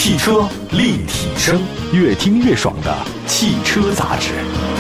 汽车立体声，越听越爽的汽车杂志。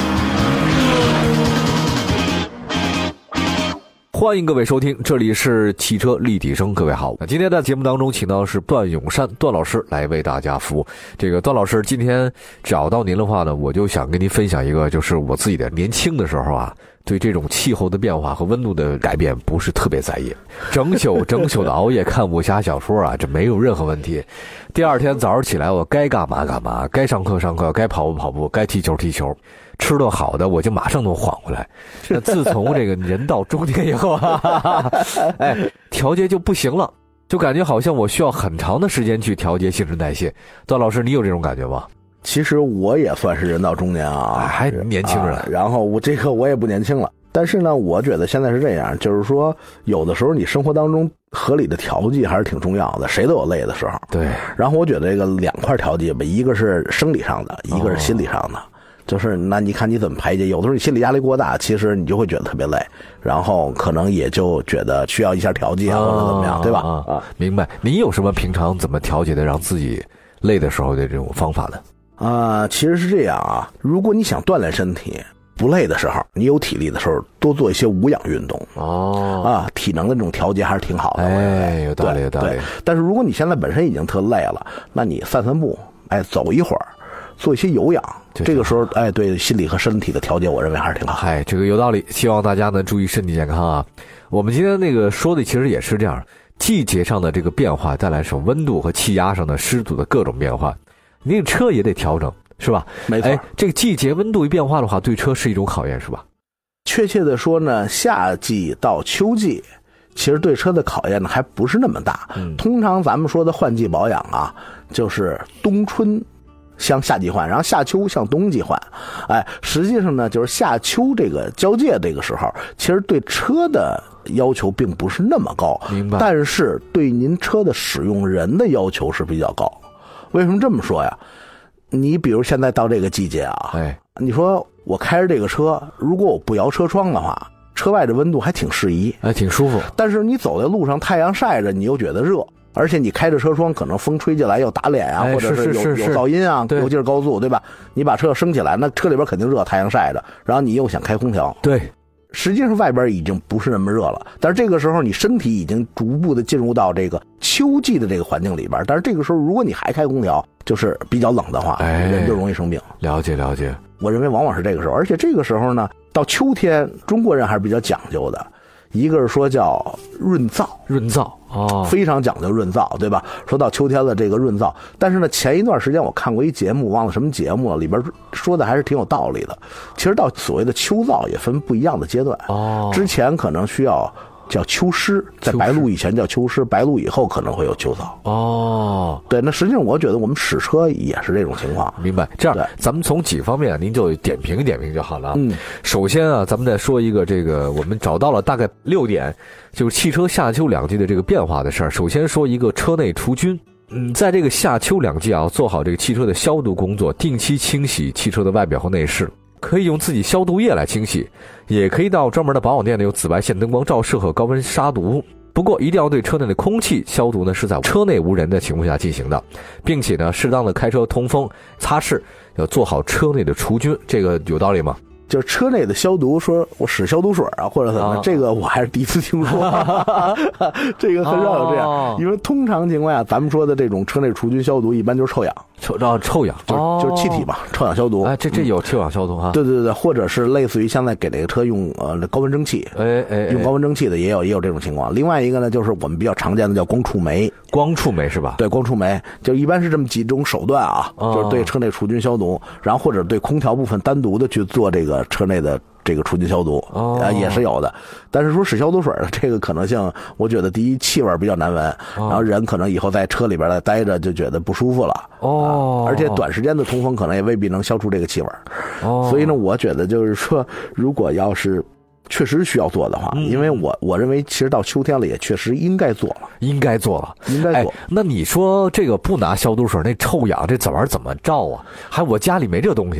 欢迎各位收听，这里是汽车立体声。各位好，今天在节目当中请到的是段永山段老师来为大家服务。这个段老师今天找到您的话呢，我就想跟您分享一个，就是我自己的年轻的时候啊，对这种气候的变化和温度的改变不是特别在意，整宿的熬夜看武侠小说啊，这没有任何问题。第二天早上起来，我该干嘛干嘛，该上课上课，该跑步跑步，该踢球踢球，吃顿好的我就马上能缓回来。那自从这个人到中年以后哎，调节就不行了，就感觉好像我需要很长的时间去调节新陈代谢。段老师，你有这种感觉吗？ 其实我也算是人到中年啊， 还年轻人， 然后我也不年轻了。但是呢，我觉得现在是这样，就是说有的时候你生活当中合理的调剂还是挺重要的，谁都有累的时候。对。然后我觉得这个两块调剂吧，一个是生理上的，一个是心理上的。就是那你看你怎么排解，有的时候你心理压力过大，其实你就会觉得特别累，然后可能也就觉得需要一下调剂啊，或者怎么样，对吧？ 明白。你有什么平常怎么调节的让自己累的时候的这种方法呢？ 其实是这样啊，如果你想锻炼身体不累的时候，你有体力的时候，多做一些无氧运动体能的这种调节还是挺好的。 有道理有道理。 但是如果你现在本身已经特累了，那你散散步，走一会儿，做一些有氧，这个时候对心理和身体的调节我认为还是挺好。 这个有道理，希望大家呢注意身体健康啊。我们今天那个说的其实也是这样，季节上的这个变化带来什么温度和气压上的湿度的各种变化，你那个车也得调整，是吧？ 没错。 这个季节温度一变化的话，对车是一种考验，是吧？ 确切的说呢，夏季到秋季其实对车的考验呢还不是那么大。通常咱们说的换季保养啊，就是冬春向夏季换，然后夏秋向冬季换。实际上呢，就是夏秋这个交界这个时候，其实对车的要求并不是那么高， 明白？但是对您车的使用人的要求是比较高。为什么这么说呀？你比如现在到这个季节啊，你说我开着这个车，如果我不摇车窗的话，车外的温度还挺适宜， 挺舒服。 但是你走在路上，太阳晒着，你又觉得热。而且你开着车窗，可能风吹进来又打脸啊，或者是有噪音啊，尤其是高速，对吧？你把车升起来，那车里边肯定热，太阳晒着，然后你又想开空调， 对， 实际上外边已经不是那么热了，但是这个时候你身体已经逐步的进入到这个秋季的这个环境里边，但是这个时候如果你还开空调，就是比较冷的话，人就容易生病。 了解。 我认为往往是这个时候，而且这个时候呢，到秋天，中国人还是比较讲究的。一个是说叫润燥非常讲究润燥，对吧？说到秋天了，这个润燥，但是呢，前一段时间我看过一节目，忘了什么节目了，里边说的还是挺有道理的。其实到所谓的秋燥也分不一样的阶段之前可能需要叫秋湿，在白露以前叫秋湿，白露以后可能会有秋燥。对，那实际上我觉得我们使车也是这种情况。 明白。这样咱们从几方面您就点评就好了。首先啊，咱们再说一个这个我们找到了大概6点，就是汽车夏秋两季的这个变化的事儿。首先说一个车内除菌。在这个夏秋两季啊，做好这个汽车的消毒工作，定期清洗汽车的外表和内饰。可以用自己消毒液来清洗，也可以到专门的保养店里有紫外线灯光照射和高温杀毒。不过一定要对车内的空气消毒呢，是在车内无人的情况下进行的，并且呢，适当的开车通风擦拭，要做好车内的除菌。这个有道理吗？ 就是车内的消毒，说我使消毒水啊，或者怎么，这个我还是第一次听说，这个很少有这样。因为通常情况下，咱们说的这种车内除菌消毒，一般就是臭氧， 臭氧就是气体嘛，臭氧消毒。 这有臭氧消毒啊？ 对，或者是类似于现在给这个车用高温蒸汽，用高温蒸汽的也有这种情况。另外一个呢，就是我们比较常见的叫光触媒是吧？对，光触媒就一般是这么几种手段啊，就是对车内除菌消毒，然后或者对空调部分单独的去做这个车内的这个除菌消毒也是有的。但是说使消毒水的这个可能性，我觉得第一气味比较难闻，然后人可能以后在车里边再待着就觉得不舒服了而且短时间的通风可能也未必能消除这个气味所以呢，我觉得就是说，如果要是确实需要做的话，因为我认为其实到秋天了也确实应该做了。 那你说这个不拿消毒水，那臭氧这怎么照啊？我家里没这东西啊。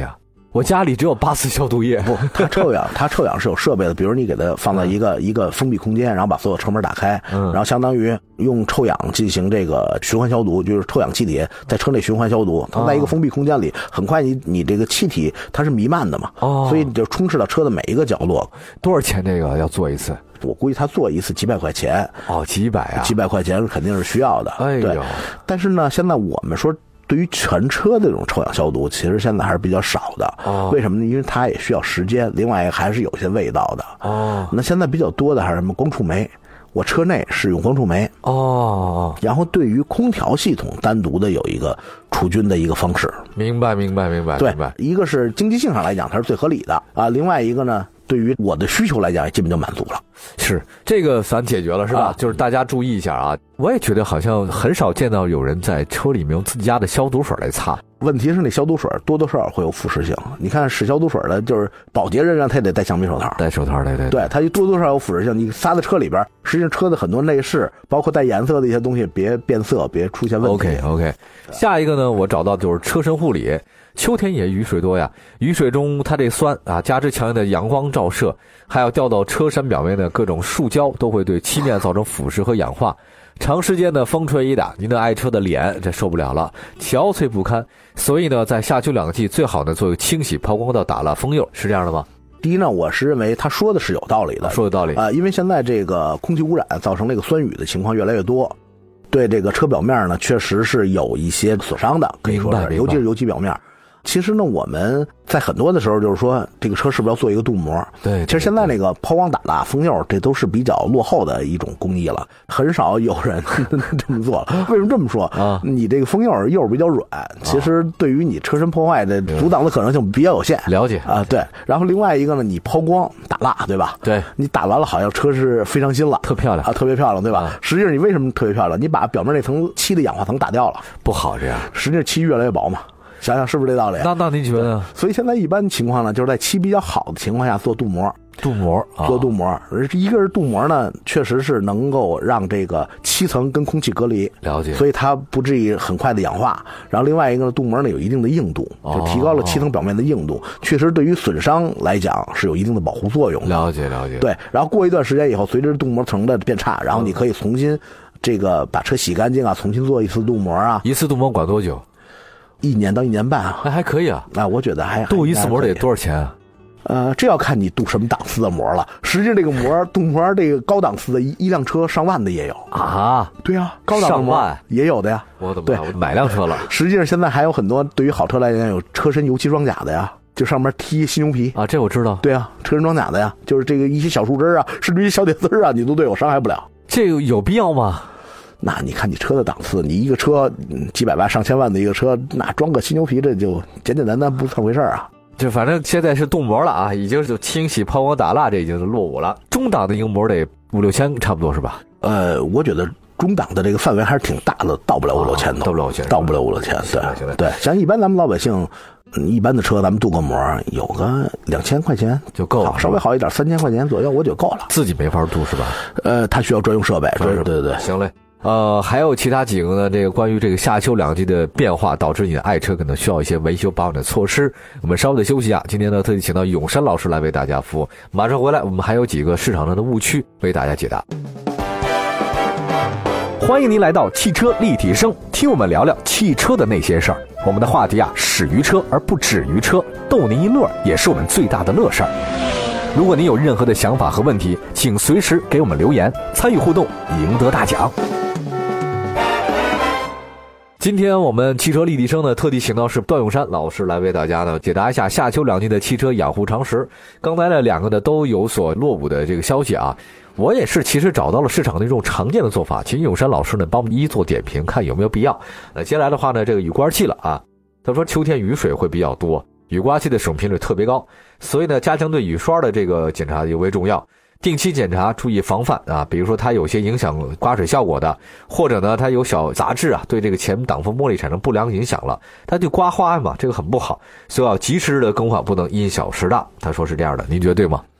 我家里只有8次消毒液。 不，它臭氧是有设备的，比如你给它放在一个封闭空间，然后把所有车门打开，然后相当于用臭氧进行这个循环消毒，就是臭氧气体在车内循环消毒。它在一个封闭空间里，很快你这个气体它是弥漫的嘛，所以你就充斥到车的每一个角落。 多少钱这个要做一次？ 我估计他做一次几百块钱。 几百啊！ 几百块钱肯定是需要的。 对。 但是呢，现在我们说，对于全车的这种臭氧消毒，其实现在还是比较少的。为什么呢？因为它也需要时间，另外还是有些味道的。那现在比较多的还是什么光触媒？我车内是用光触媒。然后对于空调系统单独的有一个除菌的一个方式。 明白。 对，一个是经济性上来讲，它是最合理的啊。另外一个呢，对于我的需求来讲，也基本就满足了。 是这个咱解决了是吧？就是大家注意一下啊！我也觉得好像很少见到有人在车里面用自己家的消毒水来擦。 问题是那消毒水多多少少会有腐蚀性。你看使消毒水的，就是保洁人员他也得戴橡皮手套。 戴手套，对， 它就多多少少有腐蚀性。你撒在车里边，实际上车的很多内饰，包括带颜色的一些东西，别变色，别出现问题。 OK。下一个呢，我找到就是车身护理。秋天也雨水多呀，雨水中它这酸啊，加之强烈的阳光照射，还要掉到车身表面的各种塑胶，都会对漆面造成腐蚀和氧化。长时间的风吹一打，您的爱车的脸这受不了了，憔悴不堪。所以呢，在夏秋两季最好呢做清洗、抛光到打蜡、封釉，是这样的吗？ 第一呢，我是认为他说的是有道理的， 说有道理因为现在这个空气污染造成这个酸雨的情况越来越多，对这个车表面呢确实是有一些损伤的，可以说是，尤其是油漆表面。其实呢，我们在很多的时候就是说，这个车是不是要做一个镀膜？ 对， 其实现在那个抛光打蜡、封釉，这都是比较落后的一种工艺了，很少有人这么做了。为什么这么说啊？你这个封釉比较软，其实对于你车身破坏的阻挡的可能性比较有限。 了解啊，对。然后另外一个呢，你抛光打蜡，对吧？ 对， 你打完了，好像车是非常新了， 特漂亮啊，特别漂亮，对吧？实际上你为什么特别漂亮？你把表面那层漆的氧化层打掉了， 不好这样。 实际上漆越来越薄嘛。想想是不是这道理？ 那您觉得？ 所以现在一般情况呢，就是在漆比较好的情况下做镀膜。做镀膜，一个是镀膜呢，确实是能够让这个漆层跟空气隔离， 了解， 所以它不至于很快的氧化。然后另外一个呢，镀膜呢有一定的硬度，就提高了漆层表面的硬度，确实对于损伤来讲是有一定的保护作用的。 了解。 对，然后过一段时间以后，随着镀膜层的变差，然后你可以重新这个把车洗干净啊，重新做一次镀膜啊。 一次镀膜管多久 ？1年到1年半啊。 那还可以啊。 那我觉得还镀一次膜得多少钱啊？ 这要看你镀什么档次的膜了。实际这个膜镀膜，这个高档次的一辆车上万的也有啊。 对啊，高档的膜上万也有的呀。 我怎么对买辆车了？ 实际上现在还有很多对于好车来讲有车身油漆装甲的呀，就上面贴犀牛皮啊，这我知道。 对啊，车身装甲的呀，就是这个一些小树枝啊，甚至于小铁丝啊，你都对我伤害不了。 这个有必要吗？ 那你看你车的档次，你一个车几百万上千万的一个车，那装个犀牛皮这就简简单单不算回事啊。 就反正现在是镀膜了啊，已经是清洗抛光打蜡，这已经是落伍了。中档的硬膜得5-6千差不多是吧？ 我觉得中档的这个范围还是挺大的，到不了5-6千的，到不了5-6千。对，像一般咱们老百姓，一般的车咱们镀个膜有个2000块钱就够了， 稍微好一点3000块钱左右我就够了。 自己没法镀是吧？ 它需要专用设备。对。 行嘞。还有其他几个呢？这个关于这个夏秋两季的变化，导致你的爱车可能需要一些维修保养的措施。我们稍微的休息啊，今天呢特地请到永山老师来为大家服务。马上回来，我们还有几个市场上的误区为大家解答。欢迎您来到汽车立体声，听我们聊聊汽车的那些事儿。我们的话题啊，始于车而不止于车，逗您一乐也是我们最大的乐事儿。如果您有任何的想法和问题，请随时给我们留言，参与互动，赢得大奖。今天我们汽车立体声呢，特地请到是段永山老师来为大家呢解答一下夏秋两季的汽车养护常识。刚才呢2个呢都有所落伍的这个消息啊，我也是其实找到了市场的一种常见的做法，请永山老师呢帮我们一做点评，看有没有必要。接下来的话呢，这个雨刮器了啊，他说秋天雨水会比较多，雨刮器的使用频率特别高，所以呢加强对雨刷的这个检查尤为重要。定期检查，注意防范啊！比如说它有些影响刮水效果的，或者呢它有小杂质啊，对这个前挡风玻璃产生不良影响了，它就刮花嘛，这个很不好，所以要及时的更换，不能因小失大。他说是这样的，您觉得对吗？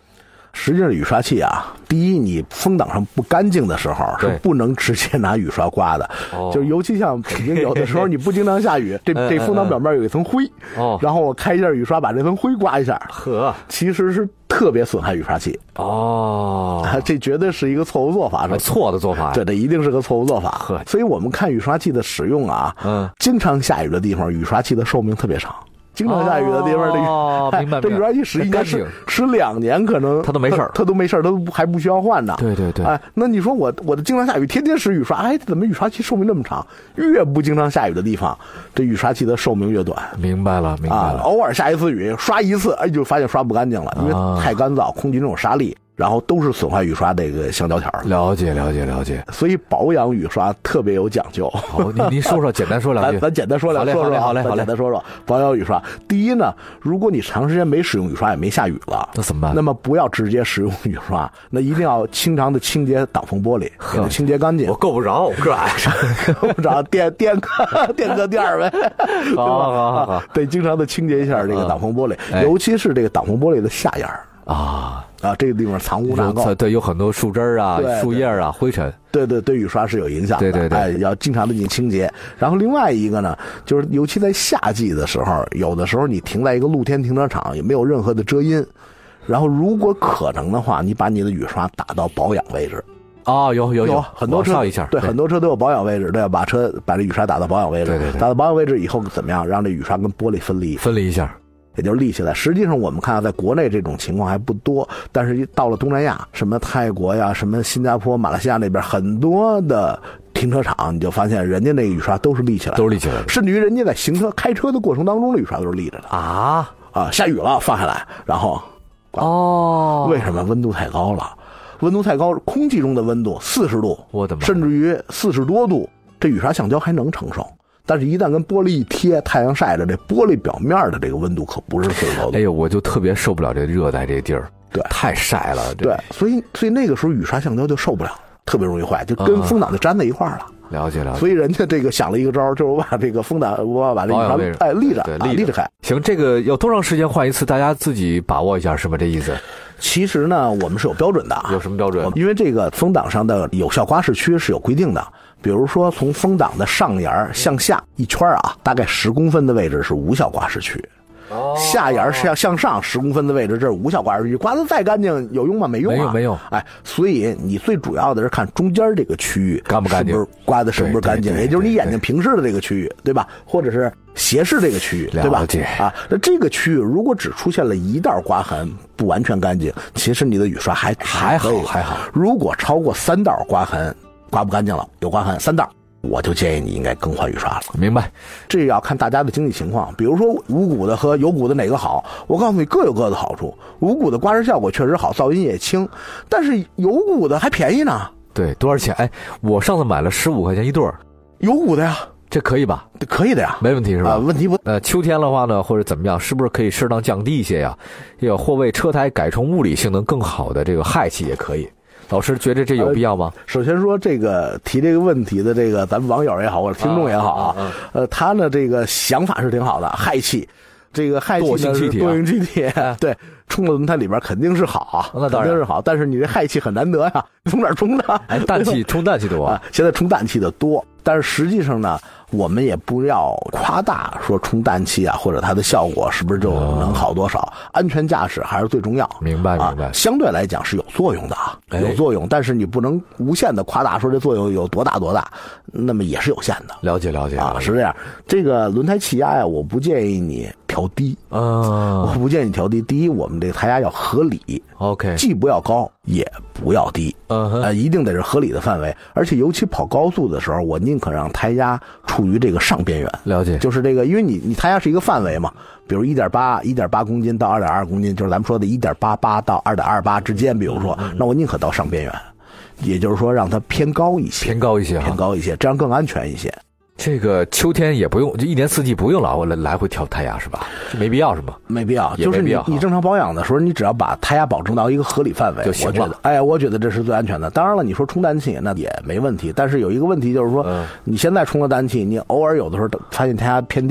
实际上雨刷器啊，第一，你风挡上不干净的时候是不能直接拿雨刷刮的，就尤其像北京有的时候你不经常下雨，这风挡表面有一层灰，然后我开一下雨刷把这层灰刮一下，其实是特别损害雨刷器。这绝对是一个错误做法， 错的做法， 对，这一定是个错误做法。所以我们看雨刷器的使用啊，经常下雨的地方，雨刷器的寿命特别长。经常下雨的地方， 明白。 这雨刷器使一年使2年，可能它都没事儿， 它都还不需要换呢。 对。 那你说我的经常下雨，天天使雨刷，怎么雨刷器寿命那么长？越不经常下雨的地方，这雨刷器的寿命越短。 明白了。 偶尔下一次雨，刷一次，就发现刷不干净了，因为太干燥，空气那种沙粒。然后都是损坏雨刷这个橡胶条。 了解。 所以保养雨刷特别有讲究。 好，您说，简单说两句。 咱简单说两句。 好嘞。 简单说保养雨刷。第一呢，如果你长时间没使用雨刷，也没下雨了， 那怎么办？ 那么不要直接使用雨刷，那一定要经常的清洁挡风玻璃，给它清洁干净。 我够不着， 够不着，垫个垫呗。好，得经常的清洁一下这个挡风玻璃，尤其是这个挡风玻璃的下沿这个地方藏污纳垢， 对，有很多树枝啊、树叶啊、灰尘， 对，对雨刷是有影响的， 对， 要经常的进行清洁。然后另外一个呢，就是尤其在夏季的时候，有的时候你停在一个露天停车场，也没有任何的遮阴，然后如果可能的话，你把你的雨刷打到保养位置。 有很多车上一下， 对，很多车都有保养位置，对，把这雨刷打到保养位置， 对， 打到保养位置以后怎么样，让这雨刷跟玻璃分离一下。 也就是立起来。实际上我们看到在国内这种情况还不多，但是到了东南亚，什么泰国呀、什么新加坡、马来西亚那边很多的停车场，你就发现人家那个雨刷都是立起来的，甚至于人家在开车的过程当中的雨刷都是立着的下雨了放下来，然后为什么？温度太高了，空气中的温度40度， 我的妈， 甚至于40多度，这雨刷橡胶还能承受。但是，一旦跟玻璃一贴，太阳晒着，这玻璃表面的这个温度可不是40多度。 哎呦，我就特别受不了这热带这地儿， 对， 太晒了。 对，所以那个时候雨刷橡胶就受不了，特别容易坏，就跟风挡就粘在一块儿了。 了解。 所以人家这个想了一个招，就是把这个风挡，我把这雨刷立着开。 行，这个要多长时间换一次？大家自己把握一下，是吧？这意思。 其实呢，我们是有标准的。 有什么标准？ 因为这个风挡上的有效刮拭区是有规定的。比如说，从风挡的上沿向下一圈大概10公分的位置是无效刮拭区。下沿是要向上10公分的位置，这是无效刮拭区。刮得再干净有用吗？没用。 没用。 所以你最主要的是看中间这个区域干不干净， 刮的是不是干净，也就是你眼睛平视的这个区域，对吧？或者是斜视这个区域，对吧？那这个区域如果只出现了一道刮痕，不完全干净，其实你的雨刷还好。如果超过3道刮痕，刮不干净了，有刮痕3道，我就建议你应该更换雨刷了。 明白。 这要看大家的经济情况，比如说无骨的和有骨的哪个好，我告诉你各有各的好处。无骨的刮拭效果确实好，噪音也轻，但是有骨的还便宜呢。 对，多少钱？我上次买了15块钱一对儿， 有骨的呀。 这可以吧？ 可以的呀， 没问题是吧？ 问题不。 秋天的话呢，或者怎么样，是不是可以适当降低一些呀？或为车胎改成物理性能更好的这个氦气也可以。老师觉得这有必要吗？ 首先说这个提这个问题的这个咱们网友也好，或者听众也好他呢这个想法是挺好的。氦气，这个氦气呢是惰性气体，对，冲到轮胎里边肯定是好， 那当然肯定是好。但是你这氦气很难得呀，从哪儿冲的？ 氮气冲氮气多现在冲氮气的多，但是实际上呢，我们也不要夸大说冲氮气或者它的效果是不是就能好多少？安全驾驶还是最重要。 明白。 相对来讲是有作用的有作用，但是你不能无限的夸大说这作用有多大，那么也是有限的。 了解是这样。这个轮胎气压我不建议你调低我不建议你调低。第一，我们这个胎压要合理 ，OK， 既不要高也不要低，一定得是合理的范围。而且尤其跑高速的时候，我宁可让胎压处于这个上边缘。 了解， 就是这个，因为你胎压是一个范围嘛，比如1.8公斤到2.2公斤，就是咱们说的1.88到2.28之间，比如说，那我宁可到上边缘，也就是说让它偏高一些，这样更安全一些。 这个秋天也不用，就一年四季不用老来回调胎压是吧？没必要是吗？ 没必要，就是你正常保养的时候，你只要把胎压保证到一个合理范围就行了。 我觉得这是最安全的。当然了，你说充氮气那也没问题，但是有一个问题就是说，你现在充了氮气，你偶尔有的时候发现胎压偏低了，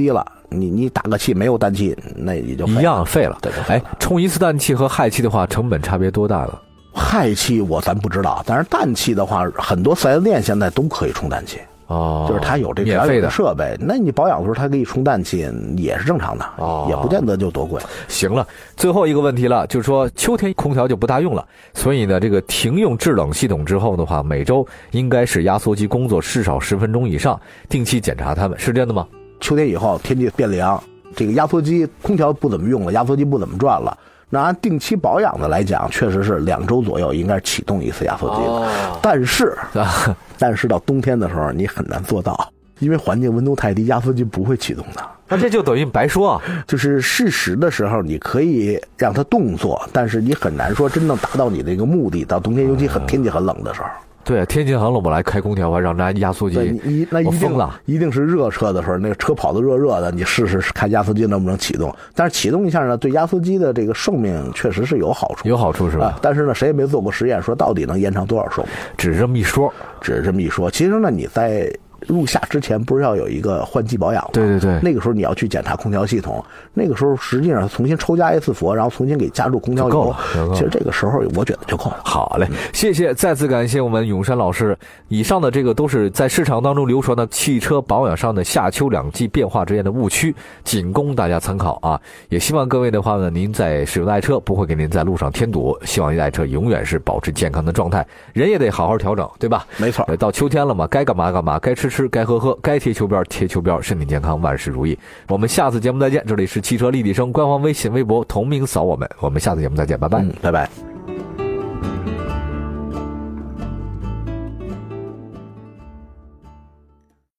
你打个气没有氮气，那也就一样废了。 对。 充一次氮气和氦气的话，成本差别多大了？ 氦气咱不知道，但是氮气的话，很多4S店现在都可以充氮气。就是它有这个免费的设备，那你保养的时候它给你充氮气也是正常的，也不见得就多贵。 行了，最后一个问题了，就是说秋天空调就不大用了，所以呢，这个停用制冷系统之后的话，每周应该是压缩机工作至少10分钟以上，定期检查它们，是这样的吗？ 秋天以后天气变凉，这个压缩机空调不怎么用了，压缩机不怎么转了。那按定期保养的来讲，确实是2周左右应该是启动一次压缩机的。但是到冬天的时候你很难做到，因为环境温度太低，压缩机不会启动的。 那这就等于白说啊！ 就是适时的时候你可以让它动作，但是你很难说真正达到你这个目的。到冬天尤其天气很冷的时候。 对，天气很冷，我来开空调，我让大家压缩机，我疯了。 一定是热车的时候，那个车跑得热的，你试试看压缩机能不能启动。但是启动一下呢，对压缩机的这个寿命确实是有好处。 有好处是吧？ 但是呢，谁也没做过实验，说到底能延长多少寿命？ 只是这么一说。 其实呢，你在入夏之前不是要有一个换季保养吗？ 对， 那个时候你要去检查空调系统，那个时候实际上重新抽加一次氟，然后重新给加入空调油，其实这个时候我觉得就够了。 好嘞，谢谢，再次感谢我们永山老师。以上的这个都是在市场当中流传的汽车保养上的夏秋两季变化之间的误区，仅供大家参考啊！也希望各位的话呢，您在使用的爱车不会给您在路上添堵，希望您的爱车永远是保持健康的状态，人也得好好调整，对吧？ 没错， 到秋天了嘛，该干嘛干嘛，该吃该喝，该贴球标贴球标，身体健康，万事如意。我们下次节目再见，这里是汽车立体声官方微信微博同名扫我们，我们下次节目再见，拜拜， 拜拜。